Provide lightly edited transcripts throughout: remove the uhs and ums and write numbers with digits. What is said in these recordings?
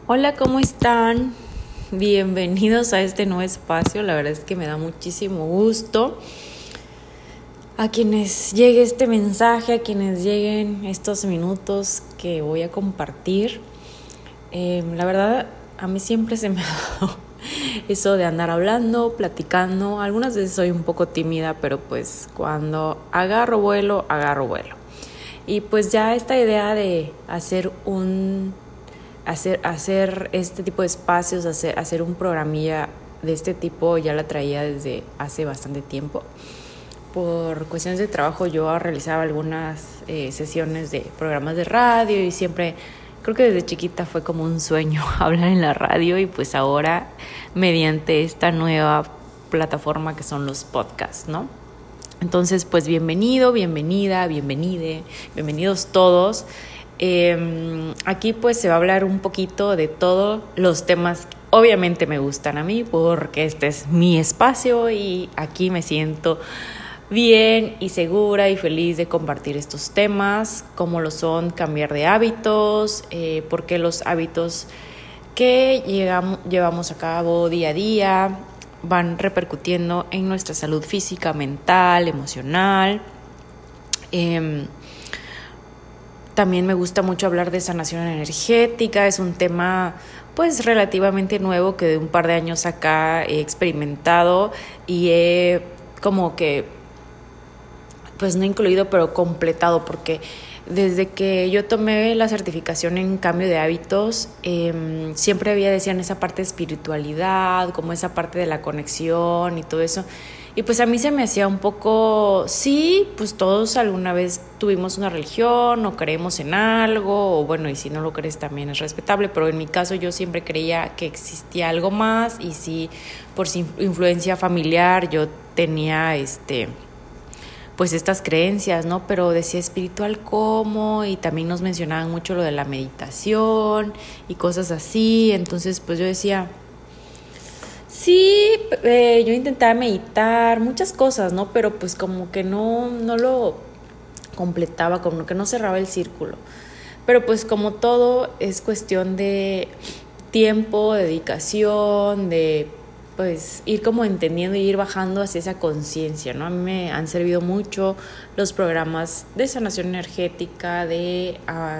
Hola, ¿cómo están? Bienvenidos a este nuevo espacio. La verdad es que me da muchísimo gusto a quienes llegue este mensaje, a quienes lleguen estos minutos que voy a compartir. La verdad, a mí siempre se me ha dado eso de andar hablando, platicando. Algunas veces soy un poco tímida, pero pues cuando agarro vuelo. Y pues ya esta idea de hacer este tipo de espacios, hacer un programilla de este tipo ya la traía desde hace bastante tiempo. Por cuestiones de trabajo yo realizaba algunas sesiones de programas de radio y siempre, creo que desde chiquita fue como un sueño hablar en la radio y pues ahora mediante esta nueva plataforma que son los podcasts, ¿no? Entonces pues bienvenidos todos. Aquí pues se va a hablar un poquito de todos los temas que obviamente me gustan a mí porque este es mi espacio y aquí me siento bien y segura y feliz de compartir estos temas, como lo son cambiar de hábitos, porque los hábitos que llevamos a cabo día a día van repercutiendo en nuestra salud física, mental, emocional. También me gusta mucho hablar de sanación energética, es un tema pues relativamente nuevo que de un par de años acá he experimentado y he como que pues no incluido pero completado, porque desde que yo tomé la certificación en cambio de hábitos, siempre decían esa parte de espiritualidad, como esa parte de la conexión y todo eso. Y pues a mí se me hacía un poco, sí, pues todos alguna vez tuvimos una religión o creemos en algo, o bueno, y si no lo crees también es respetable, pero en mi caso yo siempre creía que existía algo más y sí, por influencia familiar yo tenía pues estas creencias, ¿no? Pero decía espiritual cómo, y también nos mencionaban mucho lo de la meditación y cosas así. Entonces pues yo decía, sí, yo intentaba meditar, muchas cosas, ¿no? Pero pues como que no lo completaba, como que no cerraba el círculo. Pero pues como todo es cuestión de tiempo, dedicación, de pues ir como entendiendo y ir bajando hacia esa conciencia, ¿no? A mí me han servido mucho los programas de sanación energética, de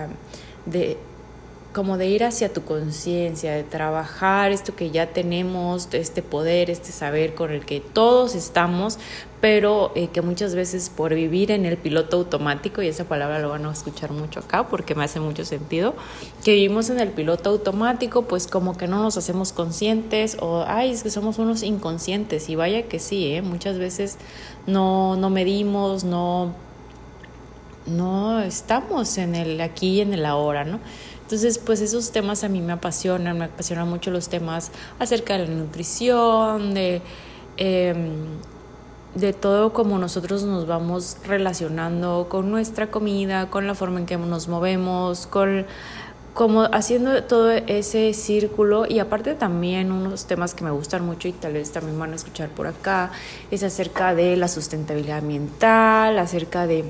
como de ir hacia tu conciencia, de trabajar esto que ya tenemos, este poder, este saber con el que todos estamos, pero que muchas veces por vivir en el piloto automático, y esa palabra lo van a escuchar mucho acá porque me hace mucho sentido, que vivimos en el piloto automático, pues como que no nos hacemos conscientes o, es que somos unos inconscientes, y vaya que sí, muchas veces no medimos, no estamos en el aquí y en el ahora, ¿no? Entonces, pues esos temas a mí me apasionan mucho los temas acerca de la nutrición, de todo como nosotros nos vamos relacionando con nuestra comida, con la forma en que nos movemos, como haciendo todo ese círculo. Y aparte también unos temas que me gustan mucho y tal vez también van a escuchar por acá, es acerca de la sustentabilidad ambiental, acerca de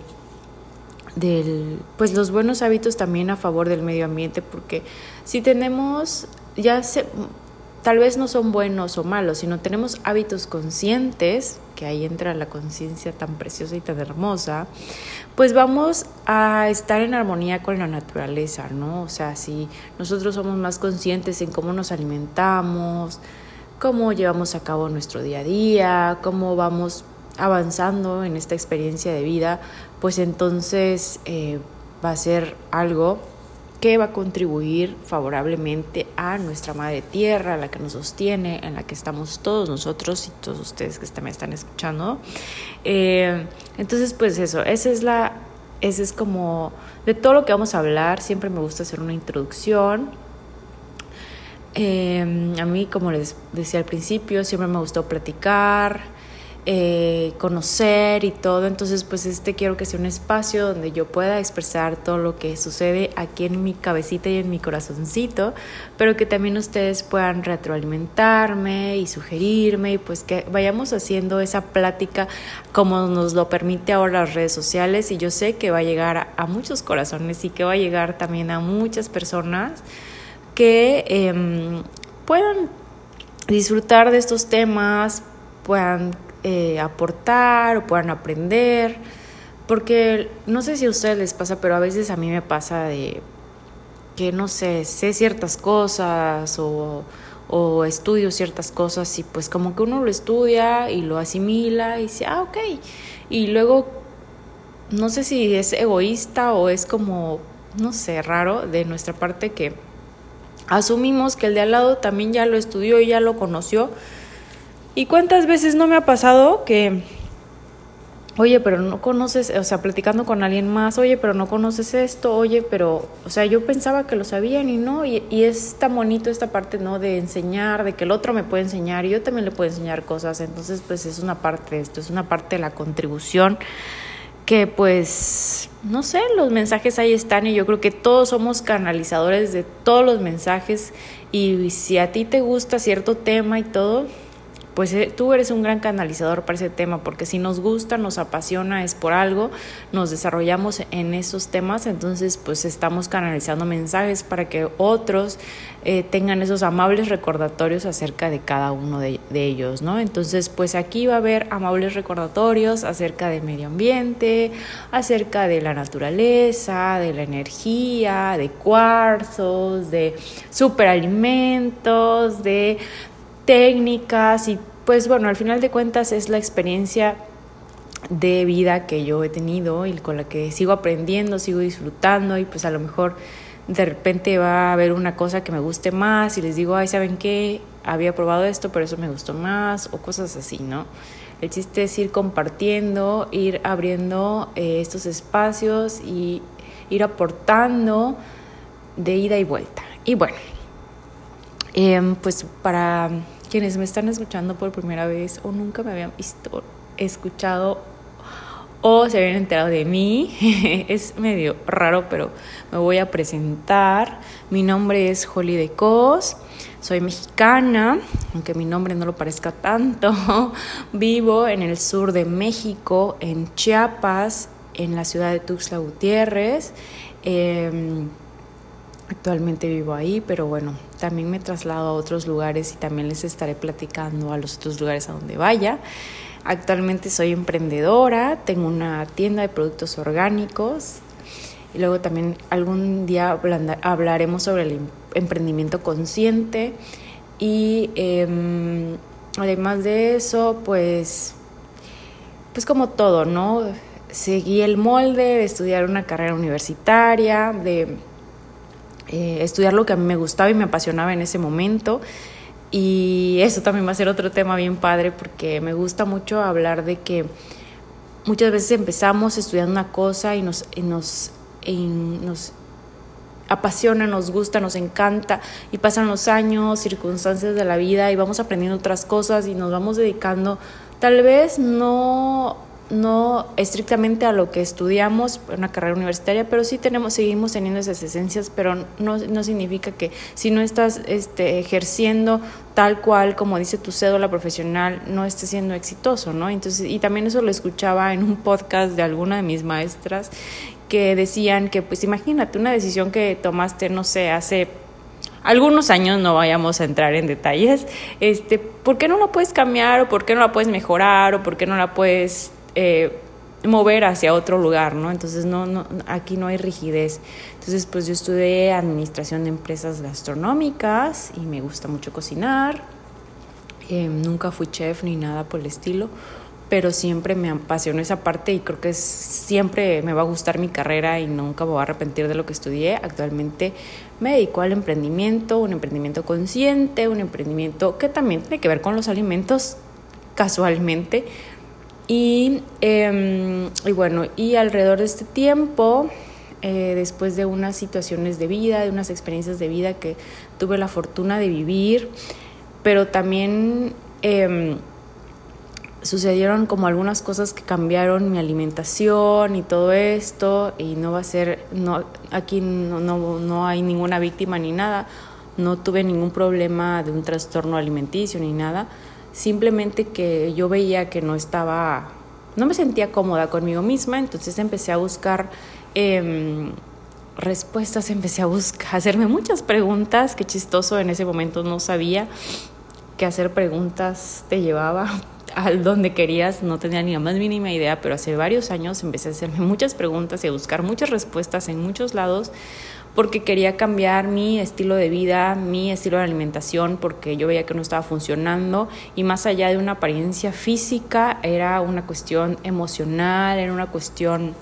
pues los buenos hábitos también a favor del medio ambiente, porque si tenemos, tal vez no son buenos o malos, sino tenemos hábitos conscientes, que ahí entra la conciencia tan preciosa y tan hermosa, pues vamos a estar en armonía con la naturaleza, ¿no? O sea, si nosotros somos más conscientes en cómo nos alimentamos, cómo llevamos a cabo nuestro día a día, cómo vamos avanzando en esta experiencia de vida, pues entonces va a ser algo que va a contribuir favorablemente a nuestra madre tierra, la que nos sostiene, en la que estamos todos nosotros y todos ustedes que me están escuchando. Entonces pues eso, esa es como de todo lo que vamos a hablar. Siempre me gusta hacer una introducción. A mí, como les decía al principio, siempre me gustó platicar, conocer y todo. Entonces pues quiero que sea un espacio donde yo pueda expresar todo lo que sucede aquí en mi cabecita y en mi corazoncito, pero que también ustedes puedan retroalimentarme y sugerirme, y pues que vayamos haciendo esa plática como nos lo permite ahora las redes sociales. Y yo sé que va a llegar a muchos corazones y que va a llegar también a muchas personas que puedan disfrutar de estos temas, puedan aportar o puedan aprender, porque no sé si a ustedes les pasa, pero a veces a mí me pasa de que no sé ciertas cosas o estudio ciertas cosas y pues como que uno lo estudia y lo asimila y dice, ok, y luego no sé si es egoísta o es como, no sé, raro de nuestra parte que asumimos que el de al lado también ya lo estudió y ya lo conoció. ¿Y cuántas veces no me ha pasado que, oye, pero no conoces, o sea, platicando con alguien más, oye, pero no conoces esto, oye, pero, o sea, yo pensaba que lo sabían y no, y es tan bonito esta parte, ¿no?, de enseñar, de que el otro me puede enseñar y yo también le puedo enseñar cosas, entonces, pues, es una parte de esto, es una parte de la contribución que, pues, no sé, los mensajes ahí están y yo creo que todos somos canalizadores de todos los mensajes y si a ti te gusta cierto tema y todo, pues tú eres un gran canalizador para ese tema, porque si nos gusta, nos apasiona, es por algo, nos desarrollamos en esos temas, entonces pues estamos canalizando mensajes para que otros tengan esos amables recordatorios acerca de cada uno de ellos, ¿no? Entonces pues aquí va a haber amables recordatorios acerca del medio ambiente, acerca de la naturaleza, de la energía, de cuarzos, de superalimentos, de técnicas y pues bueno, al final de cuentas es la experiencia de vida que yo he tenido y con la que sigo aprendiendo, sigo disfrutando y pues a lo mejor de repente va a haber una cosa que me guste más y les digo, ay, ¿saben qué? Había probado esto, pero eso me gustó más o cosas así, ¿no? El chiste es ir compartiendo, ir abriendo estos espacios y ir aportando de ida y vuelta. Y bueno, pues para quienes me están escuchando por primera vez o nunca me habían visto, escuchado o se habían enterado de mí, es medio raro, pero me voy a presentar. Mi nombre es Holly de Cos, soy mexicana, aunque mi nombre no lo parezca tanto. Vivo en el sur de México, en Chiapas, en la ciudad de Tuxtla Gutiérrez. Actualmente vivo ahí, pero bueno, también me traslado a otros lugares y también les estaré platicando a los otros lugares a donde vaya. Actualmente soy emprendedora, tengo una tienda de productos orgánicos y luego también algún día hablaremos sobre el emprendimiento consciente y además de eso, pues como todo, ¿no? Seguí el molde de estudiar una carrera universitaria, de estudiar lo que a mí me gustaba y me apasionaba en ese momento. Y eso también va a ser otro tema bien padre porque me gusta mucho hablar de que muchas veces empezamos estudiando una cosa y nos apasiona, nos gusta, nos encanta y pasan los años, circunstancias de la vida y vamos aprendiendo otras cosas y nos vamos dedicando tal vez no estrictamente a lo que estudiamos en una carrera universitaria, pero sí seguimos teniendo esas esencias, pero no significa que si no estás ejerciendo tal cual como dice tu cédula profesional, no estés siendo exitoso, ¿no? Entonces, y también eso lo escuchaba en un podcast de alguna de mis maestras que decían que, pues imagínate una decisión que tomaste, no sé, hace algunos años, no vayamos a entrar en detalles, ¿por qué no la puedes cambiar o por qué no la puedes mejorar o por qué no la puedes mover hacia otro lugar, ¿no? Entonces no aquí no hay rigidez. Entonces pues yo estudié administración de empresas gastronómicas y me gusta mucho cocinar. Nunca fui chef ni nada por el estilo, pero siempre me apasionó esa parte y creo que siempre me va a gustar mi carrera y nunca me voy a arrepentir de lo que estudié. Actualmente me dedico al emprendimiento, un emprendimiento consciente, un emprendimiento que también tiene que ver con los alimentos casualmente. Y bueno, y alrededor de este tiempo, después de unas situaciones de vida, de unas experiencias de vida que tuve la fortuna de vivir, pero también sucedieron como algunas cosas que cambiaron mi alimentación y todo esto, y no va a ser, aquí no hay ninguna víctima ni nada, no tuve ningún problema de un trastorno alimenticio ni nada. Simplemente que yo veía que no me sentía cómoda conmigo misma, entonces empecé a buscar respuestas, empecé a buscar, a hacerme muchas preguntas. Qué chistoso, en ese momento no sabía que hacer preguntas te llevaba al donde querías, no tenía ni la más mínima idea, pero hace varios años empecé a hacerme muchas preguntas y a buscar muchas respuestas en muchos lados porque quería cambiar mi estilo de vida, mi estilo de alimentación, porque yo veía que no estaba funcionando y más allá de una apariencia física era una cuestión emocional, era una cuestión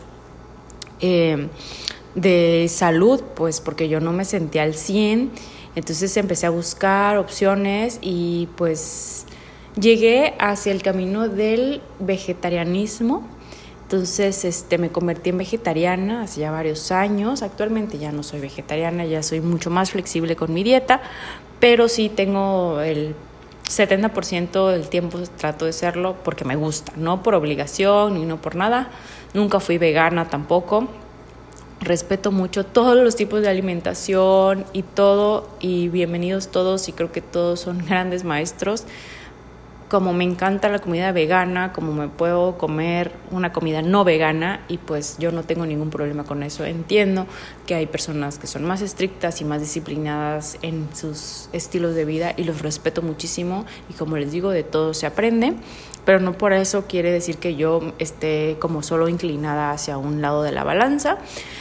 de salud, pues porque yo no me sentía al 100. Entonces empecé a buscar opciones y pues llegué hacia el camino del vegetarianismo. Entonces me convertí en vegetariana hace ya varios años. Actualmente ya no soy vegetariana, ya soy mucho más flexible con mi dieta, pero sí tengo el 70% del tiempo trato de serlo porque me gusta, no por obligación ni no por nada. Nunca fui vegana tampoco. Respeto mucho todos los tipos de alimentación y todo, y bienvenidos todos, y creo que todos son grandes maestros. Como me encanta la comida vegana, como me puedo comer una comida no vegana, y pues yo no tengo ningún problema con eso. Entiendo que hay personas que son más estrictas y más disciplinadas en sus estilos de vida y los respeto muchísimo, y como les digo, de todo se aprende, pero no por eso quiere decir que yo esté como solo inclinada hacia un lado de la balanza.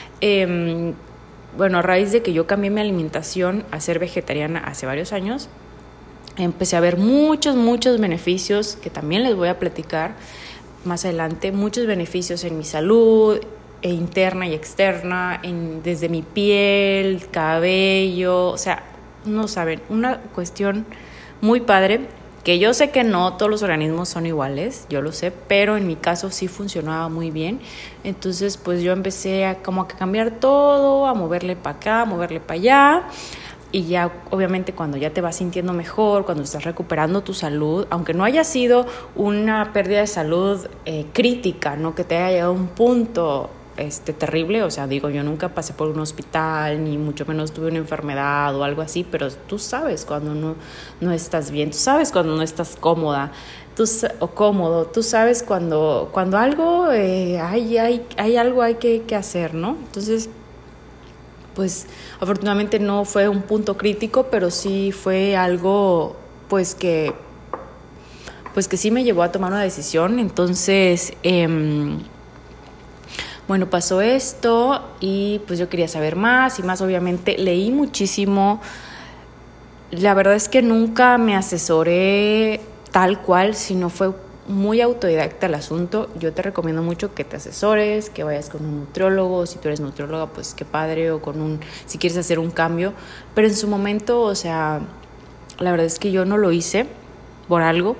Bueno, a raíz de que yo cambié mi alimentación a ser vegetariana hace varios años, empecé a ver muchos beneficios que también les voy a platicar más adelante, muchos beneficios en mi salud interna y externa, desde mi piel, cabello, o sea, no saben, una cuestión muy padre, que yo sé que no todos los organismos son iguales, yo lo sé, pero en mi caso sí funcionaba muy bien. Entonces pues yo empecé a como a cambiar todo, a moverle para acá, a moverle para allá. Y ya obviamente cuando ya te vas sintiendo mejor, cuando estás recuperando tu salud, aunque no haya sido una pérdida de salud crítica, no que te haya llegado a un punto terrible, o sea, digo, yo nunca pasé por un hospital, ni mucho menos tuve una enfermedad o algo así, pero tú sabes cuando no estás bien, tú sabes cuando no estás cómoda o cómodo, tú sabes cuando algo hay algo hay que hacer, ¿no? Entonces, pues afortunadamente no fue un punto crítico, pero sí fue algo pues que sí me llevó a tomar una decisión. Entonces bueno, pasó esto y pues yo quería saber más y más. Obviamente leí muchísimo. La verdad es que nunca me asesoré tal cual, sino fue muy autodidacta el asunto. Yo te recomiendo mucho que te asesores, que vayas con un nutriólogo. Si tú eres nutrióloga, pues qué padre, o si quieres hacer un cambio. Pero en su momento, o sea, la verdad es que yo no lo hice por algo,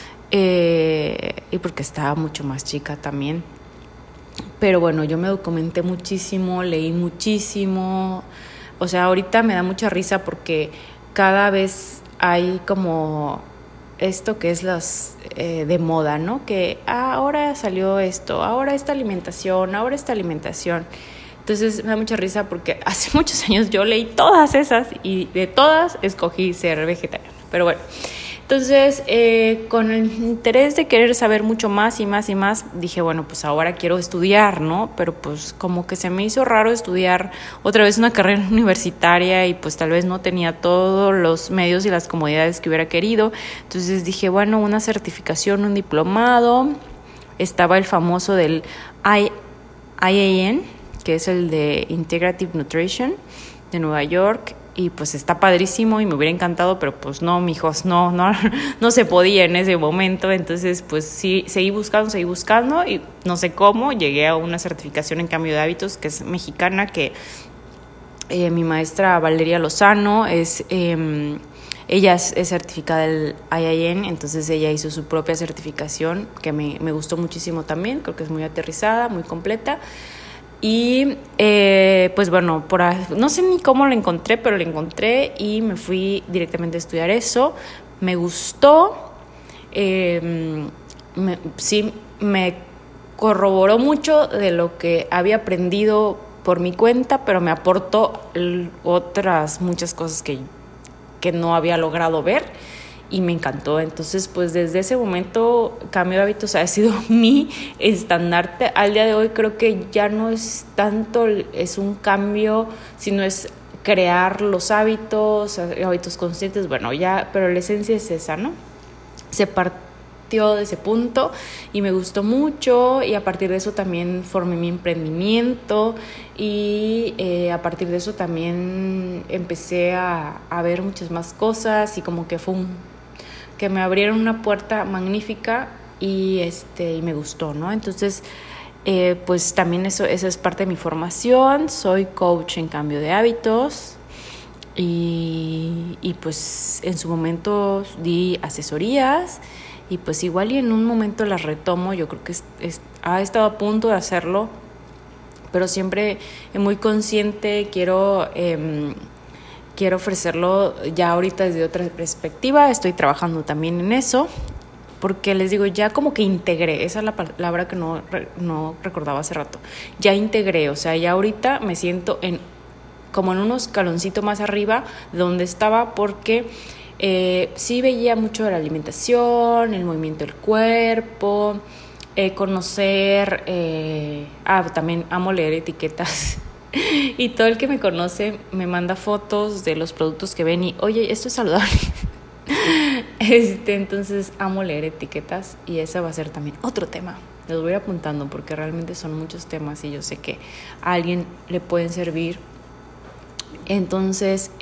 y porque estaba mucho más chica también. Pero bueno, yo me documenté muchísimo, leí muchísimo. O sea, ahorita me da mucha risa porque cada vez hay como esto que es de moda, ¿no? Que ahora salió esto, ahora esta alimentación. Entonces me da mucha risa porque hace muchos años yo leí todas esas y de todas escogí ser vegetariana. Pero bueno, entonces con el interés de querer saber mucho más y más y más, dije, bueno, pues ahora quiero estudiar, ¿no? Pero pues como que se me hizo raro estudiar otra vez una carrera universitaria y pues tal vez no tenía todos los medios y las comodidades que hubiera querido. Entonces dije, bueno, una certificación, un diplomado. Estaba el famoso del IAN, que es el de Integrative Nutrition de Nueva York, y pues está padrísimo y me hubiera encantado, pero pues no, mijos, no se podía en ese momento. Entonces pues sí, seguí buscando y no sé cómo llegué a una certificación en cambio de hábitos que es mexicana, que mi maestra Valeria Lozano ella es certificada del IIN, entonces ella hizo su propia certificación que me gustó muchísimo también. Creo que es muy aterrizada, muy completa. Y pues bueno, no sé ni cómo lo encontré, pero lo encontré y me fui directamente a estudiar eso. Me gustó, me corroboró mucho de lo que había aprendido por mi cuenta, pero me aportó otras muchas cosas que no había logrado ver y me encantó. Entonces pues desde ese momento cambio de hábitos ha sido mi estandarte. Al día de hoy creo que ya no es tanto, es un cambio, sino es crear los hábitos conscientes, bueno, ya, pero la esencia es esa, ¿no? Se partió de ese punto y me gustó mucho, y a partir de eso también formé mi emprendimiento, y a partir de eso también empecé a ver muchas más cosas, y como que fue que me abrieron una puerta magnífica, y me gustó, ¿no? Entonces, pues también eso es parte de mi formación. Soy coach en cambio de hábitos, y pues en su momento di asesorías, y pues igual y en un momento las retomo. Yo creo que ha estado a punto de hacerlo, pero siempre muy consciente, quiero ofrecerlo ya ahorita desde otra perspectiva. Estoy trabajando también en eso, porque les digo, ya como que integré, esa es la palabra que no recordaba hace rato, ya integré, o sea, ya ahorita me siento como en un escaloncito más arriba de donde estaba, porque sí veía mucho de la alimentación, el movimiento del cuerpo, conocer, también amo leer etiquetas. Y todo el que me conoce me manda fotos de los productos que ven y, oye, esto es saludable. Entonces amo leer etiquetas, y ese va a ser también otro tema. Los voy apuntando porque realmente son muchos temas y yo sé que a alguien le pueden servir. Entonces,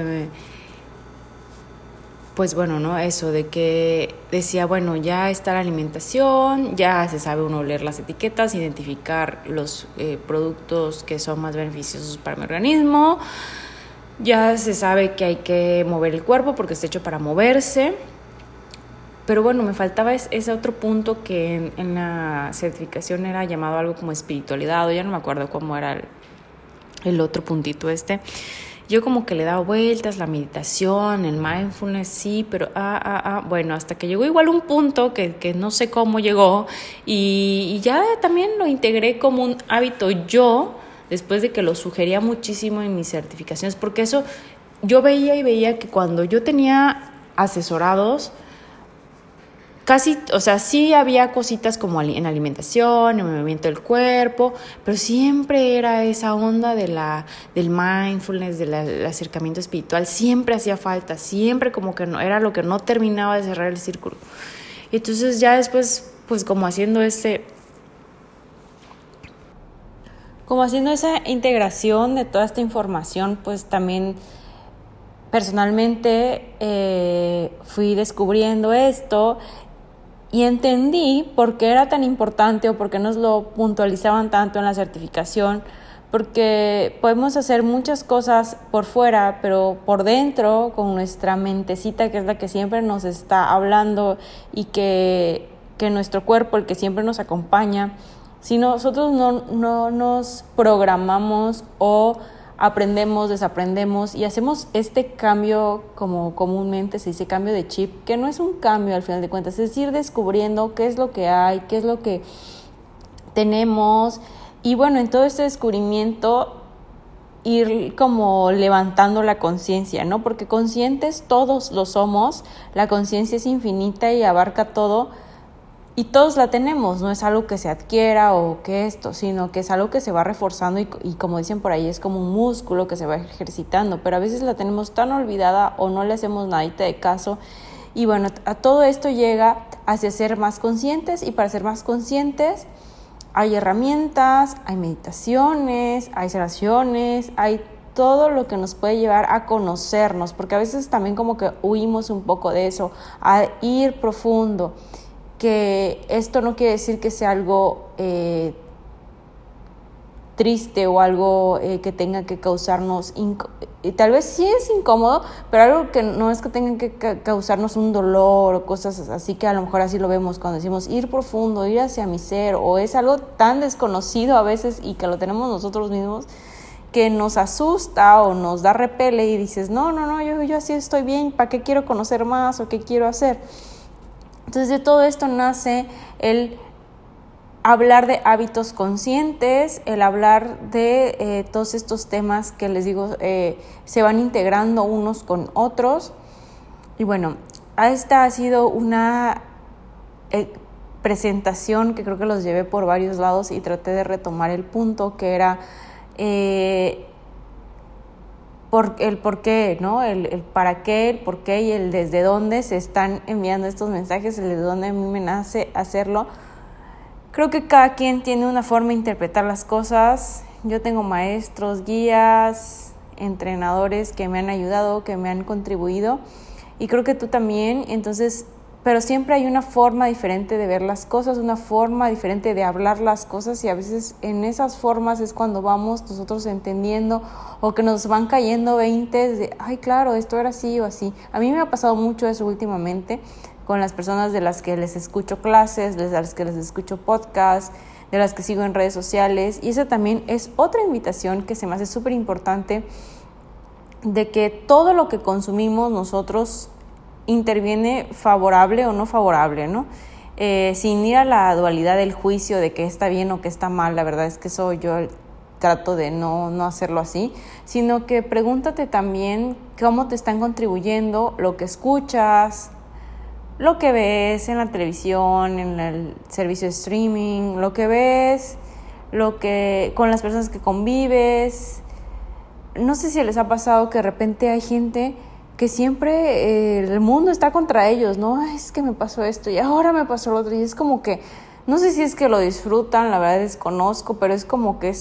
pues bueno, ¿no? Eso de que decía, bueno, ya está la alimentación, ya se sabe uno leer las etiquetas, identificar los productos que son más beneficiosos para mi organismo, ya se sabe que hay que mover el cuerpo porque está hecho para moverse, pero bueno, me faltaba ese otro punto que en la certificación era llamado algo como espiritualidad, o ya no me acuerdo cómo era el otro puntito Yo como que le daba vueltas, la meditación, el mindfulness, sí, pero bueno, hasta que llegó igual un punto que no sé cómo llegó, y ya también lo integré como un hábito yo, después de que lo sugería muchísimo en mis certificaciones, porque eso yo veía que cuando yo tenía asesorados, casi, o sea, sí había cositas como en alimentación, en el movimiento del cuerpo, pero siempre era esa onda del mindfulness, del acercamiento espiritual, siempre hacía falta, siempre como que no, era lo que no terminaba de cerrar el círculo. Y entonces ya después, pues como haciendo esa integración de toda esta información, pues también personalmente fui descubriendo esto, y entendí por qué era tan importante, o por qué nos lo puntualizaban tanto en la certificación, porque podemos hacer muchas cosas por fuera, pero por dentro, con nuestra mentecita, que es la que siempre nos está hablando, y que nuestro cuerpo, el que siempre nos acompaña, si nosotros no nos programamos o aprendemos, desaprendemos y hacemos este cambio, como comúnmente se dice, cambio de chip, que no es un cambio al final de cuentas, es ir descubriendo qué es lo que hay, qué es lo que tenemos, y bueno, en todo este descubrimiento ir como levantando la conciencia, ¿no? Porque conscientes todos lo somos, la conciencia es infinita y abarca todo, y todos la tenemos, no es algo que se adquiera o que esto, sino que es algo que se va reforzando, y como dicen por ahí, es como un músculo que se va ejercitando, pero a veces la tenemos tan olvidada o no le hacemos nadita de caso. Y bueno, a todo esto llega hacia ser más conscientes, y para ser más conscientes hay herramientas, hay meditaciones, hay sanaciones, hay todo lo que nos puede llevar a conocernos, porque a veces también como que huimos un poco de eso, a ir profundo. Que esto no quiere decir que sea algo triste o algo que tenga que causarnos, tal vez sí es incómodo, pero algo que no es que tenga que causarnos un dolor o cosas así, que a lo mejor así lo vemos cuando decimos ir profundo, ir hacia mi ser, o es algo tan desconocido a veces y que lo tenemos nosotros mismos, que nos asusta o nos da repele, y dices, no, yo así estoy bien, ¿para qué quiero conocer más o qué quiero hacer? Entonces de todo esto nace el hablar de hábitos conscientes, el hablar de todos estos temas que les digo se van integrando unos con otros. Y bueno, esta ha sido una presentación que creo que los llevé por varios lados y traté de retomar el punto que era el por qué, ¿no? El para qué, el por qué y el desde dónde se están enviando estos mensajes, el desde dónde a mí me nace hacerlo. Creo que cada quien tiene una forma de interpretar las cosas. Yo tengo maestros, guías, entrenadores que me han ayudado, que me han contribuido, y creo que tú también. Entonces, pero siempre hay una forma diferente de ver las cosas, una forma diferente de hablar las cosas, y a veces en esas formas es cuando vamos nosotros entendiendo o que nos van cayendo veintes de, ay, claro, esto era así o así. A mí me ha pasado mucho eso últimamente con las personas de las que les escucho clases, de las que les escucho podcasts, de las que sigo en redes sociales, y esa también es otra invitación que se me hace súper importante, de que todo lo que consumimos nosotros interviene favorable o no favorable, ¿no? Sin ir a la dualidad del juicio de que está bien o que está mal. La verdad es que eso yo trato de no hacerlo así, sino que pregúntate también cómo te están contribuyendo lo que escuchas, lo que ves en la televisión, en el servicio de streaming, lo que ves, con las personas que convives. No sé si les ha pasado que de repente hay gente que siempre el mundo está contra ellos, ¿no? Ay, es que me pasó esto y ahora me pasó lo otro, y es como que, no sé si es que lo disfrutan, la verdad desconozco, pero es como que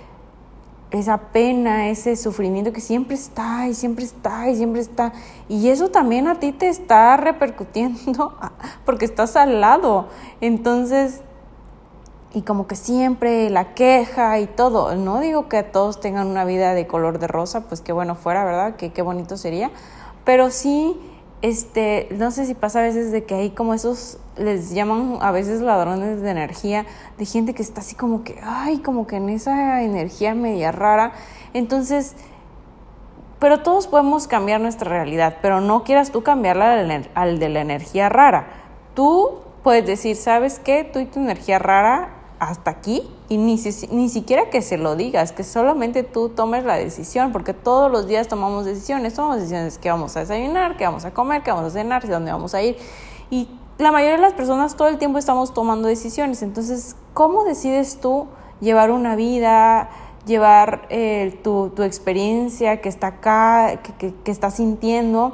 esa pena, ese sufrimiento que siempre está y siempre está y siempre está, y eso también a ti te está repercutiendo porque estás al lado. Entonces, y como que siempre la queja y todo. No digo que todos tengan una vida de color de rosa, pues qué bueno fuera, ¿verdad? Qué bonito sería. Pero sí, no sé si pasa a veces de que hay como esos, les llaman a veces ladrones de energía, de gente que está así como que, ay, como que en esa energía media rara. Entonces, pero todos podemos cambiar nuestra realidad, pero no quieras tú cambiarla al de la energía rara. Tú puedes decir, ¿sabes qué? Tú y tu energía rara hasta aquí, y ni siquiera que se lo digas, que solamente tú tomes la decisión, porque todos los días tomamos decisiones que vamos a desayunar, que vamos a comer, que vamos a cenar, dónde vamos a ir, y la mayoría de las personas todo el tiempo estamos tomando decisiones. Entonces, ¿cómo decides tú llevar una vida, llevar tu experiencia que está acá, que estás sintiendo?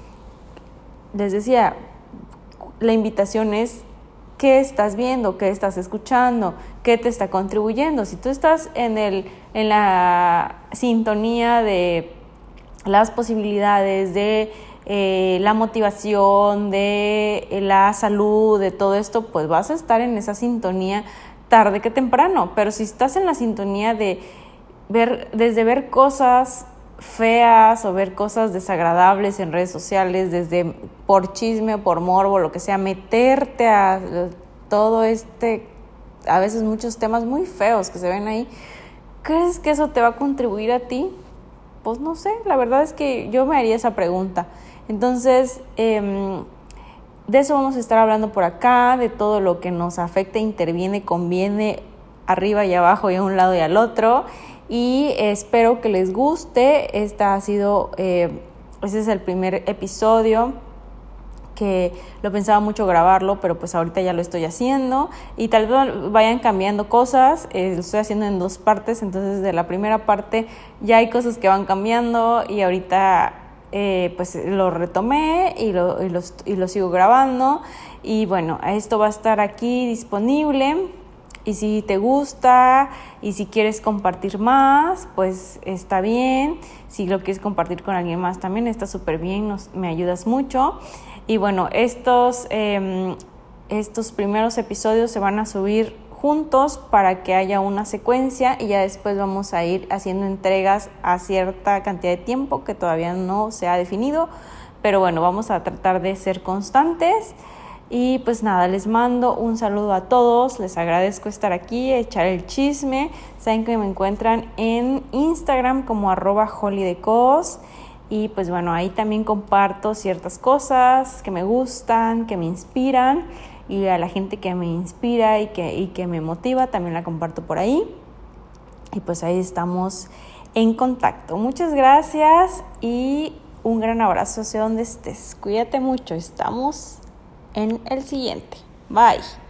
Les decía, la invitación es qué estás viendo, qué estás escuchando, qué te está contribuyendo. Si tú estás en la sintonía de las posibilidades, de la motivación, de la salud, de todo esto, pues vas a estar en esa sintonía tarde que temprano. Pero si estás en la sintonía de ver cosas feas o ver cosas desagradables en redes sociales, desde por chisme, por morbo, lo que sea, meterte a todo a veces muchos temas muy feos que se ven ahí, ¿crees que eso te va a contribuir a ti? Pues no sé, la verdad es que yo me haría esa pregunta. Entonces, de eso vamos a estar hablando por acá, de todo lo que nos afecta, interviene, conviene, arriba y abajo y a un lado y al otro. Y espero que les guste. Ese es el primer episodio, que lo pensaba mucho grabarlo, pero pues ahorita ya lo estoy haciendo, y tal vez vayan cambiando cosas. Lo estoy haciendo en 2 partes, entonces de la primera parte ya hay cosas que van cambiando, y ahorita pues lo retomé y lo sigo grabando. Y bueno, esto va a estar aquí disponible. Y si te gusta y si quieres compartir más, pues está bien. Si lo quieres compartir con alguien más también está súper bien, me ayudas mucho. Y bueno, estos primeros episodios se van a subir juntos para que haya una secuencia, y ya después vamos a ir haciendo entregas a cierta cantidad de tiempo que todavía no se ha definido. Pero bueno, vamos a tratar de ser constantes. Y pues nada, les mando un saludo a todos, les agradezco estar aquí, echar el chisme. Saben que me encuentran en Instagram como @holydecos, y pues bueno, ahí también comparto ciertas cosas que me gustan, que me inspiran, y a la gente que me inspira y que me motiva también la comparto por ahí. Y pues ahí estamos en contacto. Muchas gracias y un gran abrazo hacia donde estés. Cuídate mucho, estamos en el siguiente. Bye.